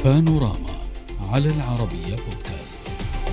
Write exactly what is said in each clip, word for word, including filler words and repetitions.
بانوراما على العربية بودكاست.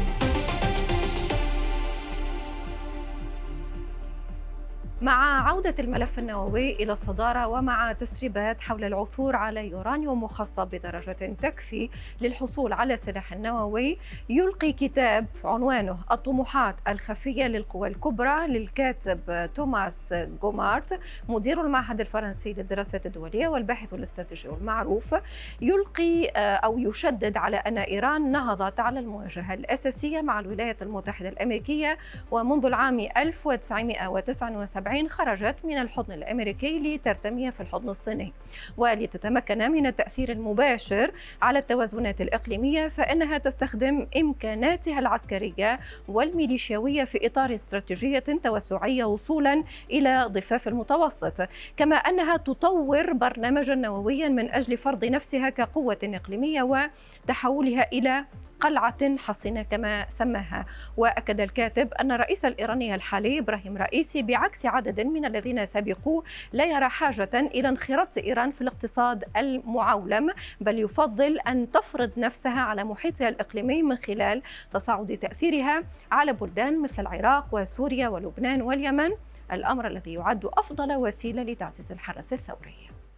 مع عودة الملف النووي إلى الصدارة ومع تسريبات حول العثور على يورانيوم مخصب بدرجة تكفي للحصول على السلاح النووي، يلقي كتاب عنوانه الطموحات الخفية للقوى الكبرى للكاتب توماس غومارت مدير المعهد الفرنسي للدراسات الدولية والباحث الاستراتيجي المعروف، يلقي أو يشدد على أن إيران نهضت على المواجهة الأساسية مع الولايات المتحدة الأمريكية، ومنذ العام ألف وتسعمائة وتسعة وسبعين خرجت من الحضن الأمريكي لترتمي في الحضن الصيني ولتتمكن من التأثير المباشر على التوازنات الإقليمية، فإنها تستخدم إمكاناتها العسكرية والميليشياوية في إطار استراتيجية توسعية وصولا إلى ضفاف المتوسط، كما أنها تطور برنامجا نوويا من أجل فرض نفسها كقوة إقليمية وتحولها إلى قلعة حصينة كما سماها. وأكد الكاتب أن الرئيس الإيراني الحالي إبراهيم رئيسي بعكس عدد من الذين سبقوا لا يرى حاجة إلى انخراط إيران في الاقتصاد المعولم، بل يفضل أن تفرض نفسها على محيطها الإقليمي من خلال تصاعد تأثيرها على بلدان مثل العراق وسوريا ولبنان واليمن، الأمر الذي يعد أفضل وسيلة لتعزيز الحرس الثوري.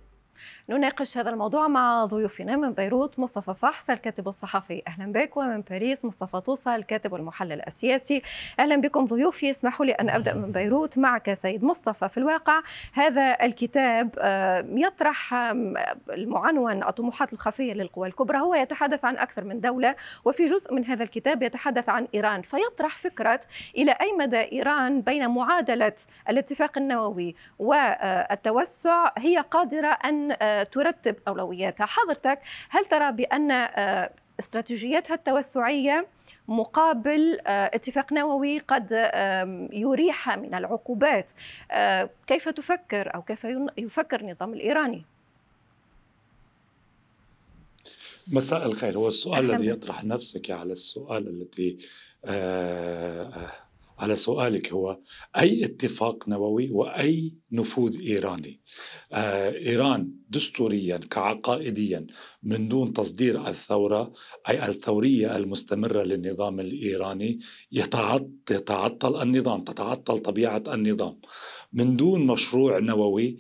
نناقش هذا الموضوع مع ضيوفنا من بيروت مصطفى فحص الكاتب الصحفي، أهلا بك، ومن باريس مصطفى طوسة الكاتب والمحلل السياسي، أهلا بكم ضيوفي. اسمحوا لي أن أبدأ من بيروت معك سيد مصطفى. في الواقع هذا الكتاب يطرح المعنون الطموحات الخفية للقوى الكبرى، هو يتحدث عن أكثر من دولة، وفي جزء من هذا الكتاب يتحدث عن إيران، فيطرح فكرة إلى أي مدى إيران بين معادلة الاتفاق النووي والتوسع هي قادرة أن ترتب أولوياتها. حضرتك هل ترى بأن استراتيجيتها التوسعية مقابل اتفاق نووي قد يريح من العقوبات؟ كيف تفكر أو كيف يفكر النظام الإيراني؟ مساء الخير. هو السؤال الذي يطرح نفسك على السؤال التي آه على سؤالك هو أي اتفاق نووي وأي نفوذ إيراني. آه إيران دستوريا كعقائديا من دون تصدير الثورة أي الثورية المستمرة للنظام الإيراني يتعطل النظام، تتعطل طبيعة النظام. من دون مشروع نووي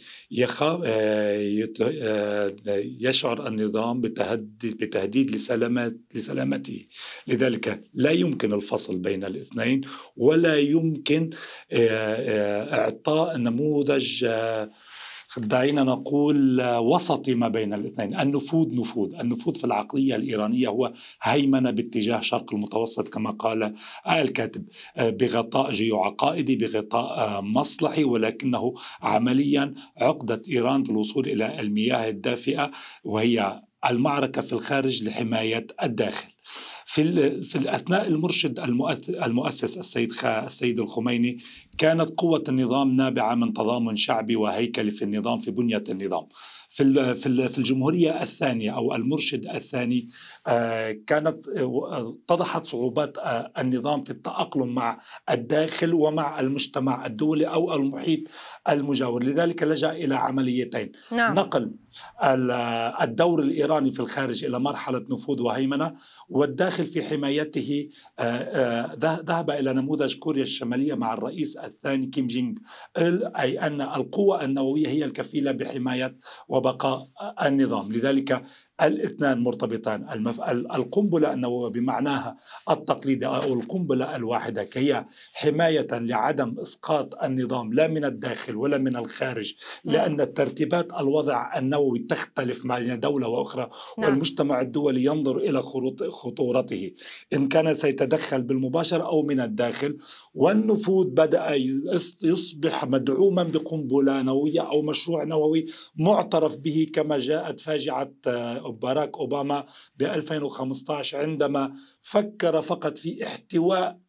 يشعر النظام بتهديد لسلامته، لذلك لا يمكن الفصل بين الاثنين، ولا يمكن إعطاء نموذج دعينا نقول وسطي ما بين الاثنين. النفوذ نفوذ النفوذ في العقلية الإيرانية هو هيمنة باتجاه شرق المتوسط كما قال الكاتب، بغطاء جيوعقائدي، بغطاء مصلحي، ولكنه عمليا عقدة إيران في الوصول إلى المياه الدافئة، وهي المعركة في الخارج لحماية الداخل. في في الأثناء المرشد المؤسس السيد السيد الخميني كانت قوة النظام نابعة من تضامن شعبي وهيكلي في النظام، في بنية النظام. في في الجمهورية الثانية أو المرشد الثاني كانت اتضحت صعوبات النظام في التأقلم مع الداخل ومع المجتمع الدولي أو المحيط المجاور، لذلك لجأ إلى عمليتين: نعم. نقل الدور الإيراني في الخارج إلى مرحلة نفوذ وهيمنة، والداخل في حمايته ذهب إلى نموذج كوريا الشمالية مع الرئيس الثاني كيم جونغ إل، أي أن القوة النووية هي الكفيلة بحماية وبقاء النظام. لذلك الاثنان مرتبطان. المف... القنبلة النووية بمعناها التقليدي أو القنبلة الواحدة هي حماية لعدم إسقاط النظام لا من الداخل ولا من الخارج، لأن الترتيبات الوضع النووي تختلف بين دولة وأخرى، والمجتمع الدولي ينظر إلى خطورته إن كان سيتدخل بالمباشر أو من الداخل. والنفوذ بدأ يصبح مدعوما بقنبلة نووية أو مشروع نووي معترف به، كما جاءت فاجعة باراك أوباما ب ألفين وخمسة عشر عندما فكر فقط في احتواء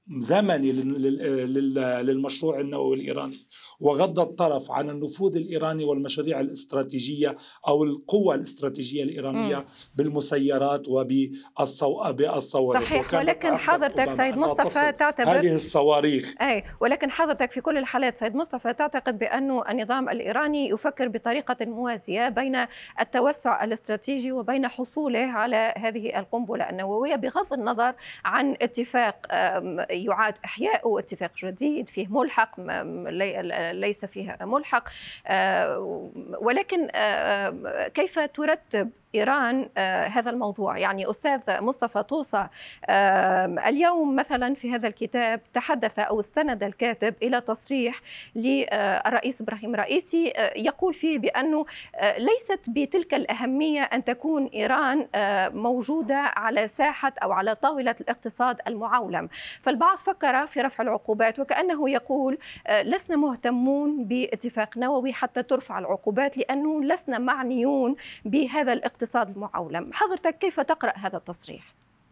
زمني للمشروع النووي الإيراني، وغض الطرف عن النفوذ الإيراني والمشاريع الاستراتيجية أو القوة الاستراتيجية الإيرانية م. بالمسيرات وبالصواريخ. صحيح، ولكن حضرتك سيد مصطفى تعتبر هذه الصواريخ أي ولكن حضرتك في كل الحالات سيد مصطفى تعتقد بأن النظام الإيراني يفكر بطريقة موازية بين التوسع الاستراتيجي وبين حصوله على هذه القنبلة النووية، بغض النظر عن اتفاق يعاد إحياء، اتفاق جديد فيه ملحق ليس فيه ملحق، ولكن كيف ترتب إيران آه هذا الموضوع؟ يعني أستاذ مصطفى طوسة، آه اليوم مثلا في هذا الكتاب تحدث أو استند الكاتب إلى تصريح للرئيس إبراهيم رئيسي آه يقول فيه بأنه آه ليست بتلك الأهمية أن تكون إيران آه موجودة على ساحة أو على طاولة الاقتصاد المعولم. فالبعض فكر في رفع العقوبات، وكأنه يقول آه لسنا مهتمون باتفاق نووي حتى ترفع العقوبات لأنه لسنا معنيون بهذا الاقتصاد الاقتصاد المعولم. حضرتك كيف تقرأ هذا التصريح؟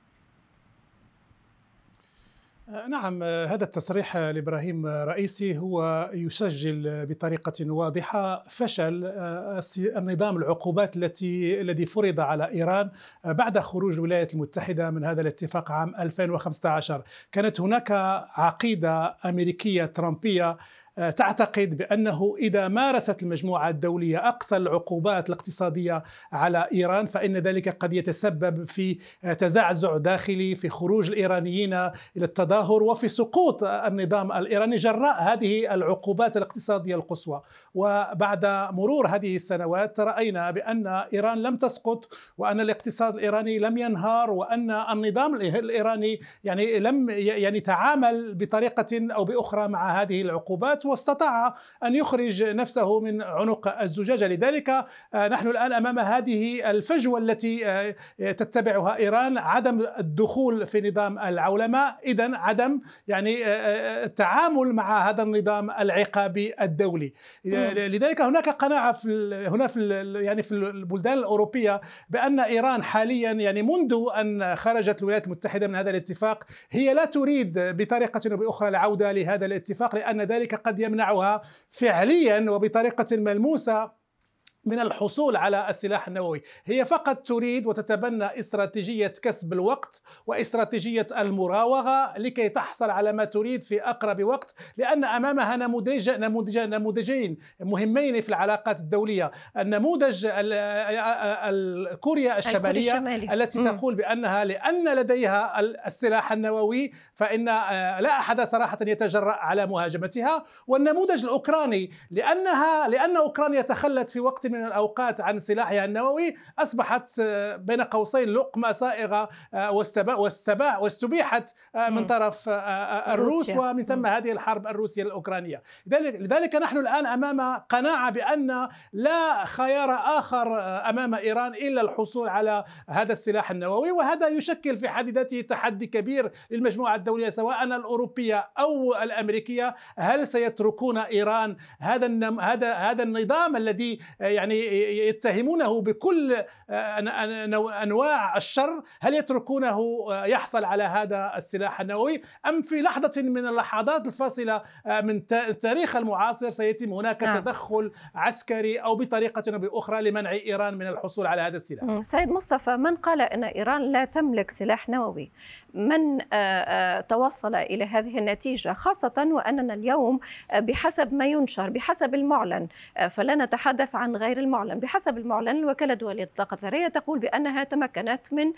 نعم، هذا التصريح لإبراهيم رئيسي هو يسجل بطريقة واضحة فشل النظام العقوبات التي الذي فرض على إيران بعد خروج الولايات المتحدة من هذا الاتفاق عام ألفين وخمسة عشر. كانت هناك عقيدة أمريكية ترامبية تعتقد بأنه إذا مارست المجموعة الدولية أقصى العقوبات الاقتصادية على إيران فإن ذلك قد يتسبب في تزعزع داخلي، في خروج الإيرانيين إلى التظاهر وفي سقوط النظام الإيراني جراء هذه العقوبات الاقتصادية القصوى. وبعد مرور هذه السنوات رأينا بأن إيران لم تسقط، وأن الاقتصاد الإيراني لم ينهار، وأن النظام الإيراني يعني لم يعني تعامل بطريقة أو بأخرى مع هذه العقوبات، واستطاع أن يخرج نفسه من عنق الزجاجة. لذلك نحن الآن أمام هذه الفجوة التي تتبعها إيران، عدم الدخول في نظام العولمة، إذن عدم يعني التعامل مع هذا النظام العقابي الدولي. لذلك هناك قناعة في هنا في يعني في البلدان الأوروبية بأن إيران حاليا يعني منذ أن خرجت الولايات المتحدة من هذا الاتفاق هي لا تريد بطريقة أو بأخرى العودة لهذا الاتفاق، لأن ذلك قد يمنعها فعليا وبطريقة ملموسة من الحصول على السلاح النووي. هي فقط تريد وتتبنى استراتيجية كسب الوقت واستراتيجية المراوغة لكي تحصل على ما تريد في أقرب وقت، لأن أمامها نموذج نموذج نموذجين مهمين في العلاقات الدولية. النموذج كوريا الشمالية التي تقول بأنها لأن لديها السلاح النووي فإن لا أحد صراحة يتجرأ على مهاجمتها، والنموذج الأوكراني لأنها لأن أوكرانيا تخلت في وقت من الأوقات عن سلاحها النووي، أصبحت بين قوسين لقمة سائغة واستباع واستبيحت من طرف الروس، ومن ثم هذه الحرب الروسية الأوكرانية. لذلك نحن الآن أمام قناعة بأن لا خيار آخر أمام إيران إلا الحصول على هذا السلاح النووي، وهذا يشكل في حد ذاته تحدي كبير للمجموعة الدولية سواء الأوروبية أو الأمريكية. هل سيتركون إيران هذا هذا هذا النظام الذي يعني يتهمونه بكل أنواع الشر، هل يتركونه يحصل على هذا السلاح النووي، أم في لحظة من اللحظات الفاصلة من التاريخ المعاصر سيتم هناك نعم. تدخل عسكري أو بطريقة أو بأخرى لمنع إيران من الحصول على هذا السلاح؟ سيد مصطفى، من قال أن إيران لا تملك سلاح نووي؟ من توصل إلى هذه النتيجة، خاصة وأننا اليوم بحسب ما ينشر بحسب المعلن، فلا نتحدث عن غير المعلن، بحسب المعلن الوكالة الدولية للطاقة الذرية تقول بأنها تمكنت من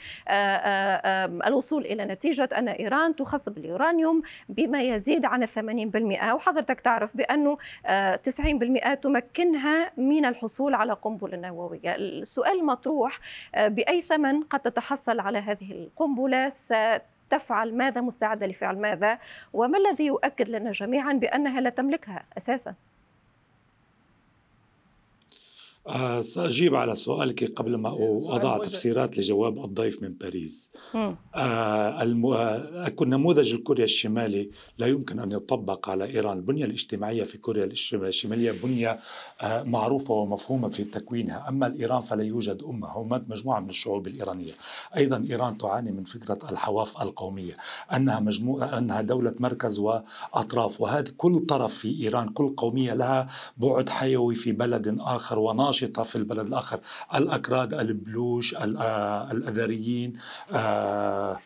الوصول إلى نتيجة أن إيران تخصب اليورانيوم بما يزيد عن الثمانين بالمئة، وحضرتك تعرف بأنه تسعين بالمئة تمكنها من الحصول على قنبلة نووية. السؤال المطروح، بأي ثمن قد تتحصل على هذه القنبلة؟ ستفعل ماذا؟ مستعدة لفعل ماذا؟ وما الذي يؤكد لنا جميعا بأنها لا تملكها أساسا؟ سأجيب على سؤالك قبل ما أضع تفسيرات لجواب الضيف من باريس. آه الم... النموذج الكوريا الشمالي لا يمكن أن يطبق على إيران. البنية الاجتماعية في كوريا الشمالية بنية آه معروفة ومفهومة في تكوينها، أما الإيران فلا يوجد أمة، هم مجموعة من الشعوب الإيرانية. أيضا إيران تعاني من فكرة الحواف القومية، أنها مجموعة أنها دولة مركز وأطراف، وهذا كل طرف في إيران، كل قومية لها بعد حيوي في بلد آخر وناشطة في البلد الآخر. الأكراد، البلوش، الأذريين، آه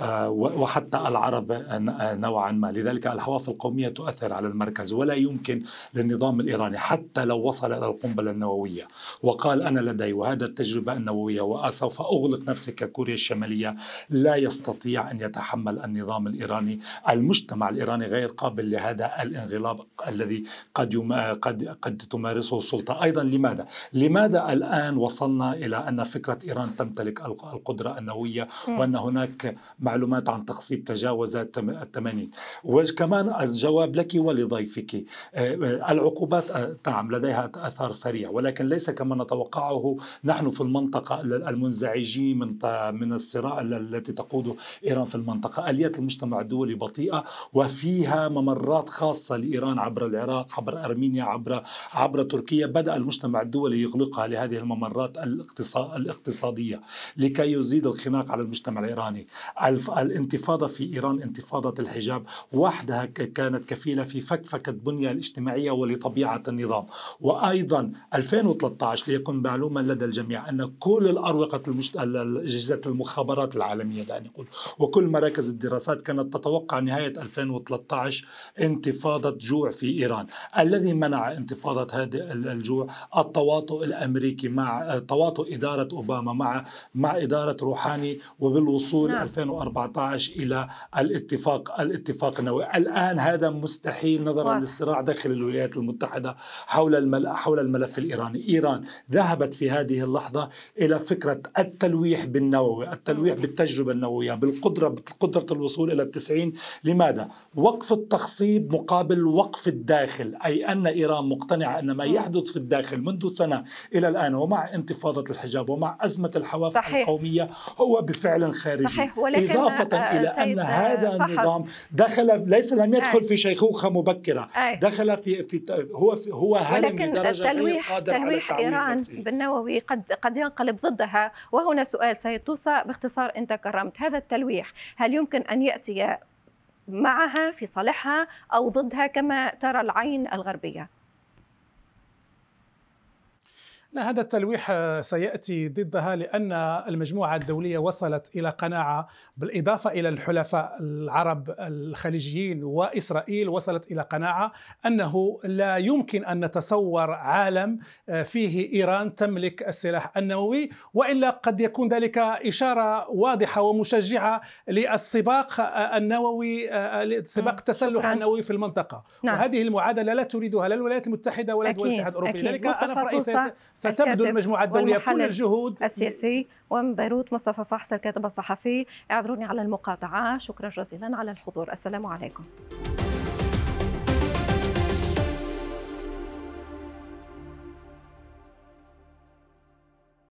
وحتى العرب نوعا ما. لذلك الحواف القومية تؤثر على المركز، ولا يمكن للنظام الإيراني حتى لو وصل إلى القنبلة النووية وقال أنا لدي وهذا التجربة النووية وسوف أغلق نفسي ككوريا الشمالية، لا يستطيع أن يتحمل النظام الإيراني. المجتمع الإيراني غير قابل لهذا الانغلاق الذي قد يم... قد قد تمارسه السلطة. أيضا لماذا؟ لماذا الآن وصلنا إلى أن فكرة إيران تمتلك القدرة النووية وأن هناك معلومات عن تخصيب تجاوزت الثمانين؟ وكمان الجواب لك ولضيفك، العقوبات نعم لديها أثر سريع، ولكن ليس كما نتوقعه نحن في المنطقة المنزعجين من من الصراع التي تقوده إيران في المنطقة. آليات المجتمع الدولي بطيئة وفيها ممرات خاصة لإيران عبر العراق، عبر أرمينيا، عبر عبر تركيا. بدأ المجتمع الدولي يغلقها لهذه الممرات الاقتصادية لكي يزيد الخناق على المجتمع الإيراني. الانتفاضة في إيران، انتفاضة الحجاب وحدها كانت كفيلة في فكفكة البنية الاجتماعية ولطبيعة النظام. وأيضا ألفين وثلاثة عشر ليكن معلوما لدى الجميع أن كل الأروقة المشت... أجهزة المخابرات العالمية دعني نقول وكل مراكز الدراسات كانت تتوقع نهاية ألفين وثلاثة عشر انتفاضة جوع في إيران. الذي منع انتفاضة هذا الجوع التواطؤ الأمريكي مع تواطؤ إدارة أوباما مع مع إدارة روحاني، وبالوصول نعم. ألفين وأربعة عشر إلى الاتفاق الاتفاق النووي. الآن هذا مستحيل نظرا واضح. للصراع داخل الولايات المتحدة حول المل... حول الملف الإيراني. إيران ذهبت في هذه اللحظة إلى فكرة التلويح بالنووي، التلويح بالتجربة النووية، بالقدرة بقدرة الوصول إلى التسعين. لماذا؟ وقف التخصيب مقابل وقف الداخل، أي أن إيران مقتنعة أن ما يحدث في الداخل منذ سنة إلى الآن ومع انتفاضة الحجاب ومع أزمة الحواف صحيح. القومية هو بفعل خارجي. صحيح. إضافة إلى أن هذا النظام دخل ليس لم يدخل في شيخوخة مبكرة، دخل في في هو في هو هرم بدرجة غير قادر على تلويح إيران نفسه. بالنووي قد قد ينقلب ضدها. وهنا سؤال سيد طوسة باختصار، أنت كرمت هذا التلويح هل يمكن أن يأتي معها في صالحها أو ضدها كما ترى العين الغربية؟ لا، هذا التلويح سيأتي ضدها لأن المجموعة الدولية وصلت إلى قناعة، بالإضافة إلى الحلفاء العرب الخليجيين وإسرائيل، وصلت إلى قناعة أنه لا يمكن أن نتصور عالم فيه إيران تملك السلاح النووي، وإلا قد يكون ذلك إشارة واضحة ومشجعة للسباق النووي، سباق التسلح النووي في المنطقة. نعم. وهذه المعادلة لا تريدها لا الولايات المتحدة ولا دول الاتحاد الأوروبي. لذلك أنا في رأيي ستبذل المجموعة الدولية كل الجهود السياسي. ومن بيروت مصطفى فحص الكاتب الصحفي، اعذروني على المقاطعة، شكرا جزيلا على الحضور. السلام عليكم.